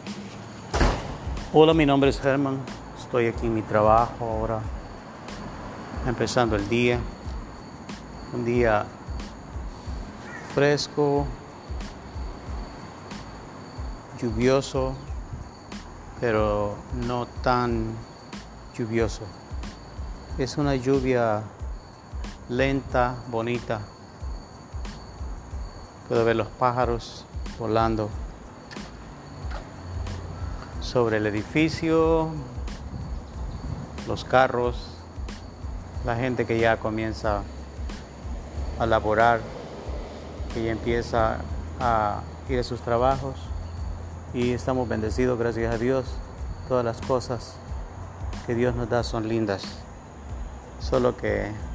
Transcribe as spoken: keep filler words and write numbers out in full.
Hola, mi nombre es Herman. Estoy aquí en mi trabajo ahora, empezando el día. Un día fresco, lluvioso, pero no tan lluvioso. Es una lluvia lenta, bonita. Puedo ver los pájaros volando sobre el edificio, los carros, la gente que ya comienza a laborar, que ya empieza a ir a sus trabajos, y estamos bendecidos, gracias a Dios. Todas las cosas que Dios nos da son lindas, solo que